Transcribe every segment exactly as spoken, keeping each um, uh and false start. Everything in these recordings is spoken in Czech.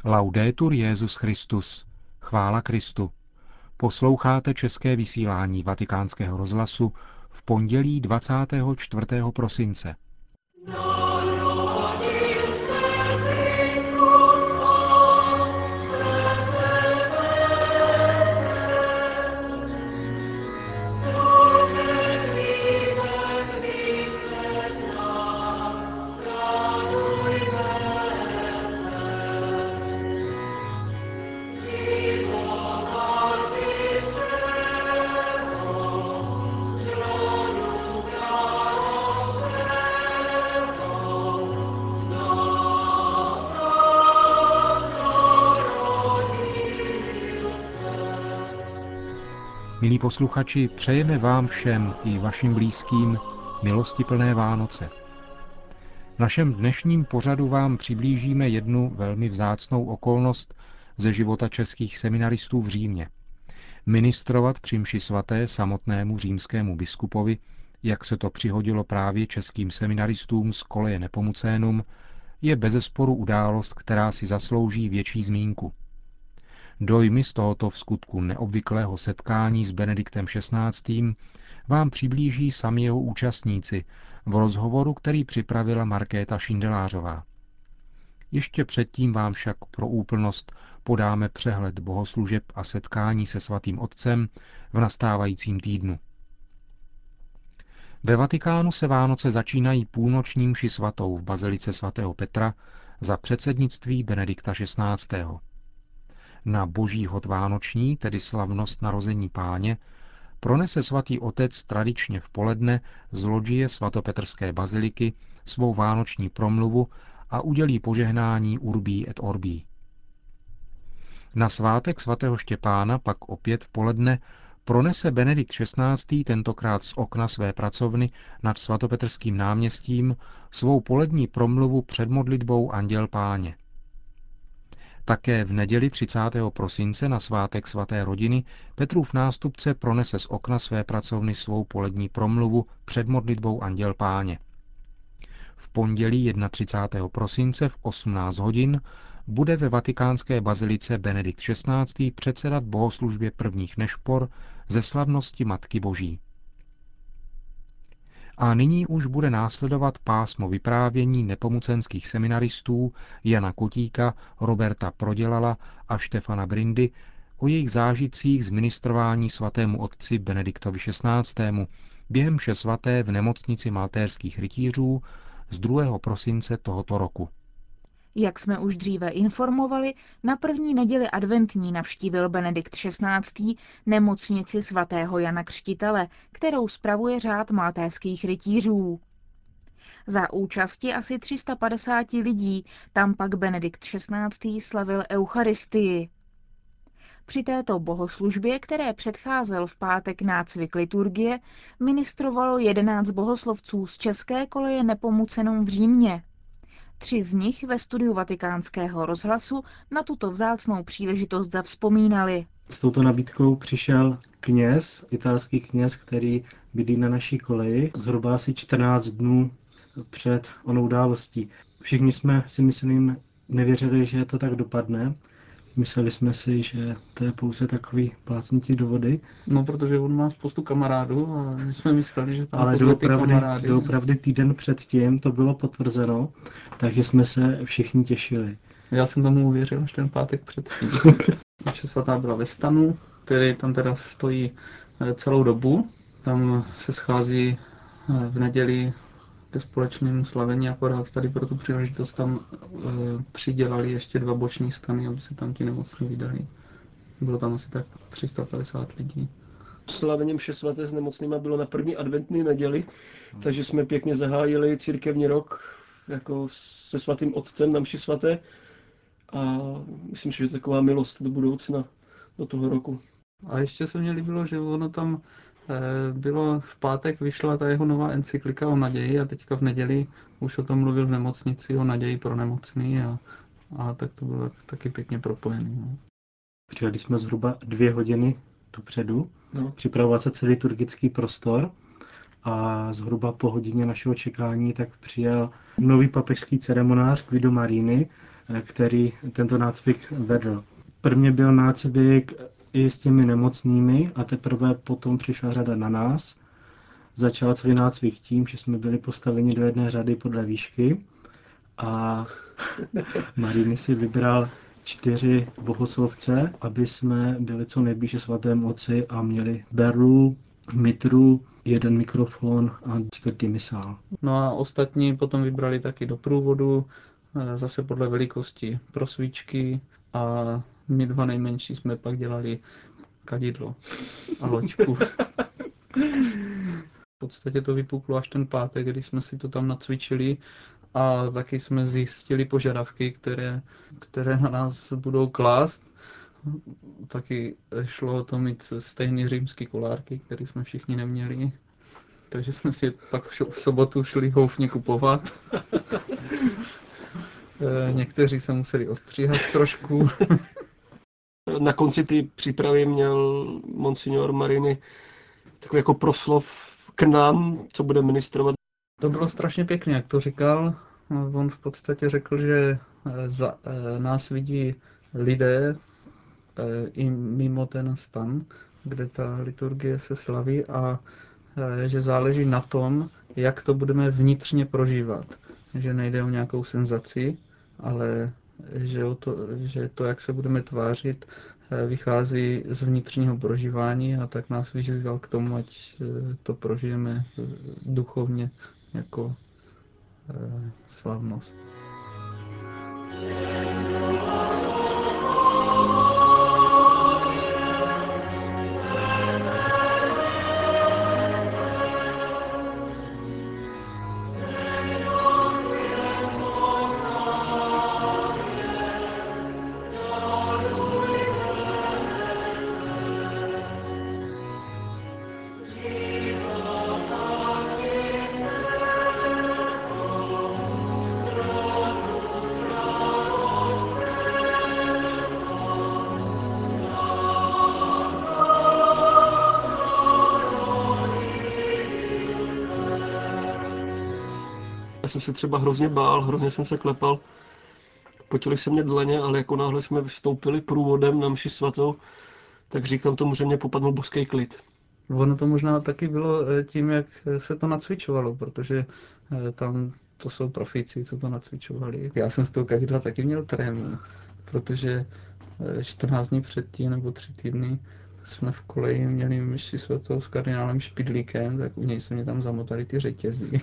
Laudetur Jesus Christus. Chvála Kristu. Posloucháte české vysílání Vatikánského rozhlasu v pondělí dvacátého čtvrtého prosince. Milí posluchači, přejeme vám všem i vašim blízkým milostiplné Vánoce. V našem dnešním pořadu vám přiblížíme jednu velmi vzácnou okolnost ze života českých seminaristů v Římě. Ministrovat při mši svaté samotnému římskému biskupovi, jak se to přihodilo právě českým seminaristům z Koleje Nepomucénum, je bezesporu událost, která si zaslouží větší zmínku. Dojmy z tohoto vskutku neobvyklého setkání s Benediktem šestnáctým vám přiblíží sami jeho účastníci v rozhovoru, který připravila Markéta Šindelářová. Ještě předtím vám však pro úplnost podáme přehled bohoslužeb a setkání se svatým otcem v nastávajícím týdnu. Ve Vatikánu se Vánoce začínají půlnoční mši svatou v bazilice svatého Petra za předsednictví Benedikta šestnáctého. Na Boží hod vánoční, tedy slavnost narození Páně, pronese svatý otec tradičně v poledne z lodžie svatopetrské baziliky svou vánoční promluvu a udělí požehnání Urbí et Orbí. Na svátek svatého Štěpána pak opět v poledne pronese Benedikt šestnáctý tentokrát z okna své pracovny nad svatopetrským náměstím svou polední promluvu před modlitbou Anděl Páně. Také v neděli třicátého prosince na svátek svaté rodiny Petrův nástupce pronese z okna své pracovny svou polední promluvu před modlitbou Anděl Páně. V pondělí třicátého prvního prosince v osmnáct hodin bude ve vatikánské bazilice Benedikt šestnáctý předsedat bohoslužbě prvních nešpor ze slavnosti Matky Boží. A nyní už bude následovat pásmo vyprávění nepomucenských seminaristů Jana Kotíka, Roberta Prodělala a Štefana Brindy o jejich zážitcích z ministrování svatému otci Benediktovi šestnáctému během mše svaté v nemocnici maltéřských rytířů z druhého prosince tohoto roku. Jak jsme už dříve informovali, na první neděli adventní navštívil Benedikt šestnáctý nemocnici svatého Jana Křtitele, kterou spravuje řád maltéských rytířů. Za účasti asi tři sta padesát lidí tam pak Benedikt šestnáctý slavil Eucharistii. Při této bohoslužbě, které předcházel v pátek nácvik liturgie, ministrovalo jedenáct bohoslovců z české Koleje Nepomucenum v Římě. Tři z nich ve studiu Vatikánského rozhlasu na tuto vzácnou příležitost zavzpomínali. S touto nabídkou přišel kněz, italský kněz, který bydlí na naší koleji, zhruba asi čtrnáct dnů před onou událostí. Všichni jsme si myslím nevěřili, že to tak dopadne. Mysleli jsme si, že to je pouze takový plácnutí do vody. No, protože on má spoustu kamarádů a my jsme mysleli, že tam ale pozve ty kamarády. doopravdy týden předtím to bylo potvrzeno, takže jsme se všichni těšili. Já jsem tomu uvěřil až ten pátek předtím. Naše svatá byla ve stanu, který tam teda stojí celou dobu. Tam se schází v neděli ke společnému slavení, akorát tady pro tu příležitost tam e, přidělali ještě dva boční stany, aby se tam ti nemocní vydali. Bylo tam asi tak tři sta padesát lidí. Slavení mše svaté s nemocnýma bylo na první adventní neděli, takže jsme pěkně zahájili církevní rok jako se svatým otcem na mši svaté a myslím si, že to je taková milost do budoucna, do toho roku. A ještě se mně líbilo, že ono tam bylo v pátek, vyšla ta jeho nová encyklika o naději a teďka v neděli už o tom mluvil v nemocnici, o naději pro nemocný a, a tak to bylo taky pěkně propojený. No. Přijeli jsme zhruba dvě hodiny dopředu, no. Připravovat se celý liturgický prostor a zhruba po hodině našeho čekání tak přijel nový papežský ceremonář Guido Marini, který tento nácvik vedl. Prvně byl nácvik i s těmi nemocnými a teprve potom přišla řada na nás. Začal celý nácvik tím, že jsme byli postaveni do jedné řady podle výšky a Marini si vybral čtyři bohoslovce, aby jsme byli co nejblíže svatému otci a měli berlu, mitru, jeden mikrofon a čtvrtý misál. No a ostatní potom vybrali taky do průvodu, zase podle velikosti pro svíčky a my dva nejmenší jsme pak dělali kadidlo a loďku. V podstatě to vypuklo až ten pátek, kdy jsme si to tam nacvičili a taky jsme zjistili požadavky, které, které na nás budou klást. Taky šlo o to mít stejný římský kolárky, který jsme všichni neměli. Takže jsme si pak v sobotu šli houfně kupovat. Někteří se museli ostříhat trošku. Na konci té přípravy měl monsignor Marini takový jako proslov k nám, co bude ministrovat. To bylo strašně pěkně, jak to říkal. On v podstatě řekl, že za, nás vidí lidé i mimo ten stan, kde ta liturgie se slaví a že záleží na tom, jak to budeme vnitřně prožívat. Že nejde o nějakou senzaci, ale že, o to, že to, jak se budeme tvářit, vychází z vnitřního prožívání a tak nás vyzýval k tomu, ať to prožijeme duchovně jako slavnost. Já jsem se třeba hrozně bál, hrozně jsem se klepal. Potily se mě dlaně, ale jako náhle jsme vstoupili průvodem na mši svatou, tak říkám tomu, že mě popadl božský klid. Ono to možná taky bylo tím, jak se to nacvičovalo, protože tam to jsou profíci, co to nacvičovali. Já jsem z toho kadidla taky měl trému, protože čtrnáct dní předtím nebo tři týdny jsme v koleji měli mši svatou s kardinálem Špidlíkem, tak u něj se mě tam zamotali ty řetězy.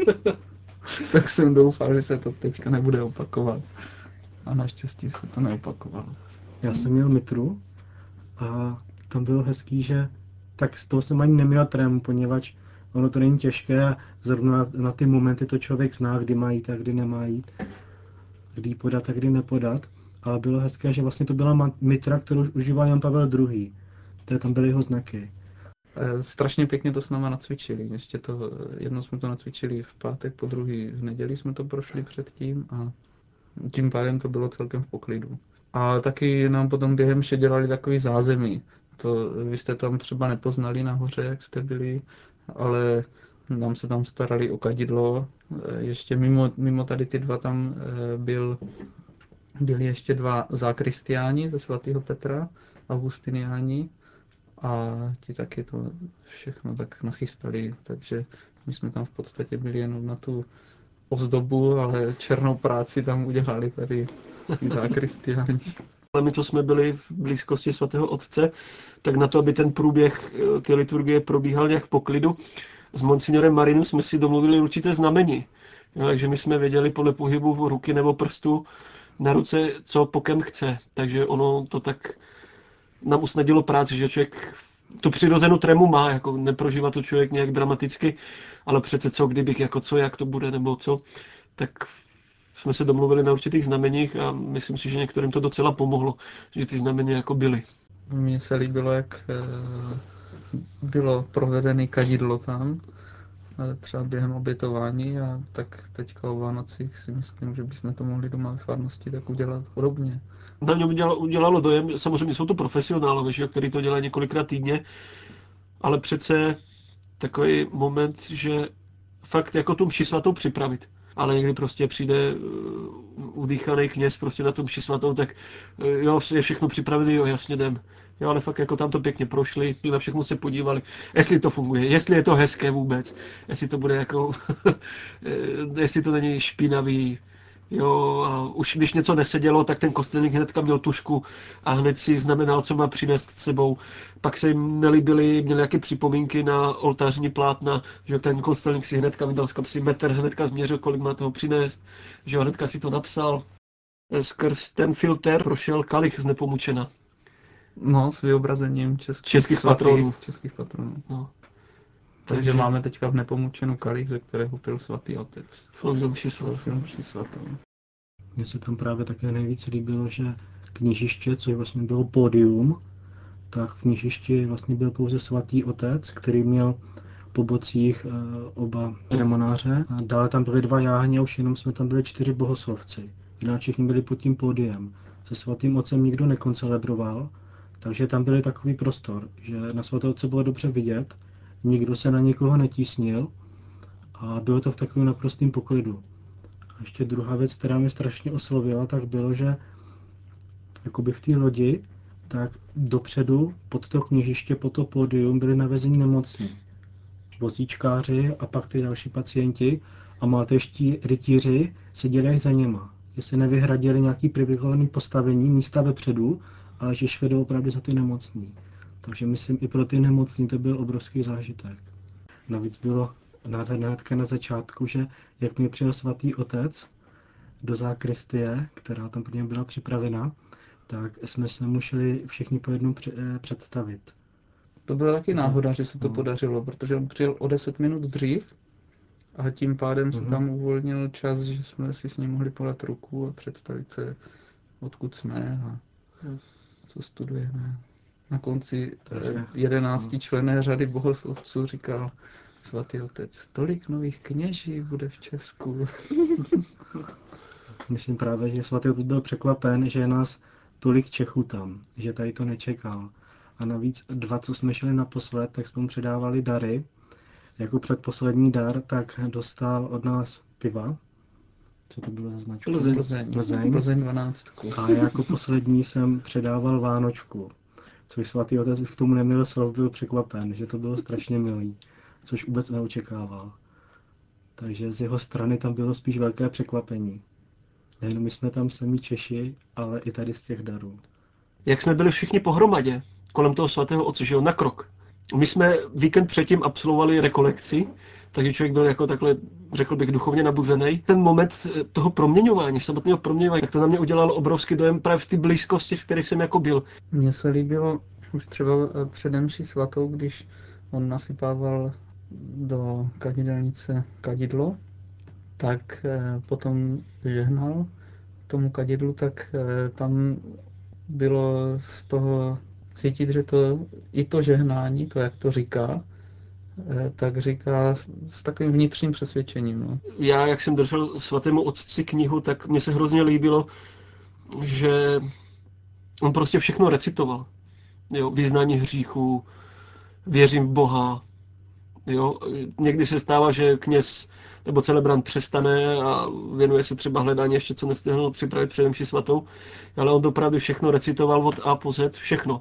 Tak jsem doufal, že se to teďka nebude opakovat. A naštěstí se to neopakovalo. Já jsem měl mitru a tam bylo hezký, že tak z toho jsem ani neměl trému, poněvadž ono to není těžké a zrovna na ty momenty to člověk zná, kdy má jít a kdy nemá jít, kdy podat a kdy nepodat. Ale bylo hezké, že vlastně to byla mitra, kterou už užíval Jan Pavel druhý. Které tam byly jeho znaky. Strašně pěkně to s náma nacvičili. Ještě to, jednou jsme to nacvičili v pátek, po druhý v neděli jsme to prošli předtím a tím pádem to bylo celkem v poklidu. A taky nám potom během vše dělali takový zázemí. To vy jste tam třeba nepoznali nahoře, jak jste byli, ale nám se tam starali o kadidlo. Ještě mimo, mimo tady ty dva tam byl, byli ještě dva zákristiáni ze svatého Petra, augustiniáni, a ti taky to všechno tak nachystali, takže my jsme tam v podstatě byli jenom na tu ozdobu, ale černou práci tam udělali tady ty zákristiáni. Ale my, co jsme byli v blízkosti svatého otce, tak na to, aby ten průběh té liturgie probíhal nějak v poklidu, s monsignorem Marinem jsme si domluvili určité znamení. Jo, takže my jsme věděli podle pohybu ruky nebo prstu na ruce, co pokem chce. Takže ono to tak nám usnadnilo práci, že člověk tu přirozenou trému má, jako neprožívá to člověk nějak dramaticky, ale přece co, kdybych, jako co, jak to bude, nebo co, tak jsme se domluvili na určitých znameních a myslím si, že některým to docela pomohlo, že ty znamení jako byly. Mně se líbilo, jak bylo provedené kadidlo tam, třeba během obětování, a tak teďka o Vánocích si myslím, že bychom to mohli doma ve farnosti tak udělat podobně. Na mě udělalo, udělalo dojem, samozřejmě jsou to profesionálové, že, který to dělají několikrát týdně, ale přece takový moment, že fakt jako tu mši svatou připravit. ale někdy prostě přijde udýchaný kněz prostě na tu mši svatou, tak jo, je všechno připravený, jo, jasně jdem. Jo, ale fakt jako tam to pěkně prošli, na všechno se podívali, jestli to funguje, jestli je to hezké vůbec, jestli to bude jako, jestli to není špinavý, jo, a už když něco nesedělo, tak ten kostelník hnedka měl tušku a hned si znamenal, co má přinést s sebou. Pak se jim nelíbily, měli nějaké připomínky na oltářní plátna, že ten kostelník si hnedka vydal z kapsy metr, hnedka změřil, kolik má toho přinést, že jo, hnedka si to napsal. Skrz ten filter prošel kalich z Nepomučena. No, s vyobrazením českých, Českých svatých, patronů. Českých patronů. No. Takže, Takže máme teďka v Nepomučenu kalich, ze kterého pil svatý otec. Sloužil mši svatou. Sloužil mši svatou. Mně se tam právě také nejvíc líbilo, že kněžiště, což vlastně bylo pódium, tak v kněžišti vlastně byl pouze svatý otec, který měl po bocích e, oba remonáře. A dále tam byly dva jáhně a už jenom jsme tam byli čtyři bohoslovci. Jinak všichni byli pod tím pódiem. Se svatým otcem nikdo nekoncelebroval, takže tam byl takový prostor, že na svatého otce bylo dobře vidět, nikdo se na nikoho netísnil a bylo to v takovém naprostém poklidu. A ještě druhá věc, která mě strašně oslovila, tak bylo, že jakoby v té lodi, tak dopředu pod to kněžiště, pod to pódium byli navezení nemocní. Vozíčkáři a pak ty další pacienti a maltéští rytíři seděli až za něma. Že se nevyhradili nějaký privilegovaný postavení, místa vepředu, ale že šli opravdu za ty nemocní. Takže myslím, i pro ty nemocní to byl obrovský zážitek. Navíc bylo nádherné na začátku, že jak mi přijel svatý otec do zákristie, která tam pro něj byla připravena, tak jsme se museli všichni po jednom představit. To byla taky Takhle. náhoda, že se to No. podařilo, protože on přijel o deset minut dřív a tím pádem se Mhm. tam uvolnil čas, že jsme si s ním mohli podat ruku a představit se, odkud jsme a co studujeme. Na konci Takže, jedenáctičlenné řady bohoslovců říkal svatý otec, tolik nových kněží bude v Česku. Myslím právě, že svatý otec byl překvapen, že je nás tolik Čechů tam, že tady to nečekal. A navíc dva, co jsme šli naposled, tak jsme mu předávali dary. Jako předposlední dar, tak dostal od nás piva. Co to bylo za značku? Plzeň. Plzeň. Plzeň. Plzeň dvanáctku. A jako poslední jsem předával Vánočku. Což svatý otec už k tomu neměl slov, byl překvapen, že to bylo strašně milý. Což vůbec neočekával. Takže z jeho strany tam bylo spíš velké překvapení. Nejenom my jsme tam sami Češi, ale i tady z těch darů. Jak jsme byli všichni pohromadě kolem toho svatého otce, že jo, na krok. My jsme víkend předtím absolvovali rekolekci, takže člověk byl jako takhle, řekl bych, duchovně nabuzený. Ten moment toho proměňování, samotného proměňování, tak to na mě udělalo obrovský dojem právě v té blízkosti, v které jsem jako byl. Mně se líbilo už třeba přede mší svatou, když on nasypával do kadidelnice kadidlo, tak potom žehnal tomu kadidlu, tak tam bylo z toho cítit, že to i to žehnání, to jak to říká, tak říká s takovým vnitřním přesvědčením. No. Já, jak jsem držel svatému otci knihu, tak mně se hrozně líbilo, že on prostě všechno recitoval. Jo, vyznání hříchů, věřím v Boha. Jo, někdy se stává, že kněz nebo celebrant přestane a věnuje se třeba hledání ještě, co nestihl připravit před mši svatou, ale on opravdu všechno recitoval od A po Z, všechno.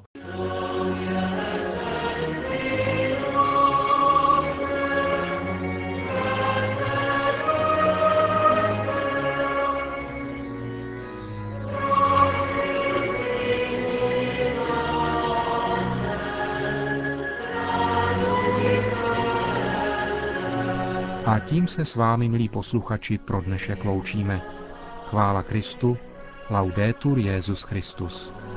A tím se s vámi, milí posluchači, pro dnešek loučíme. Chvála Kristu, laudetur Jesus Christus.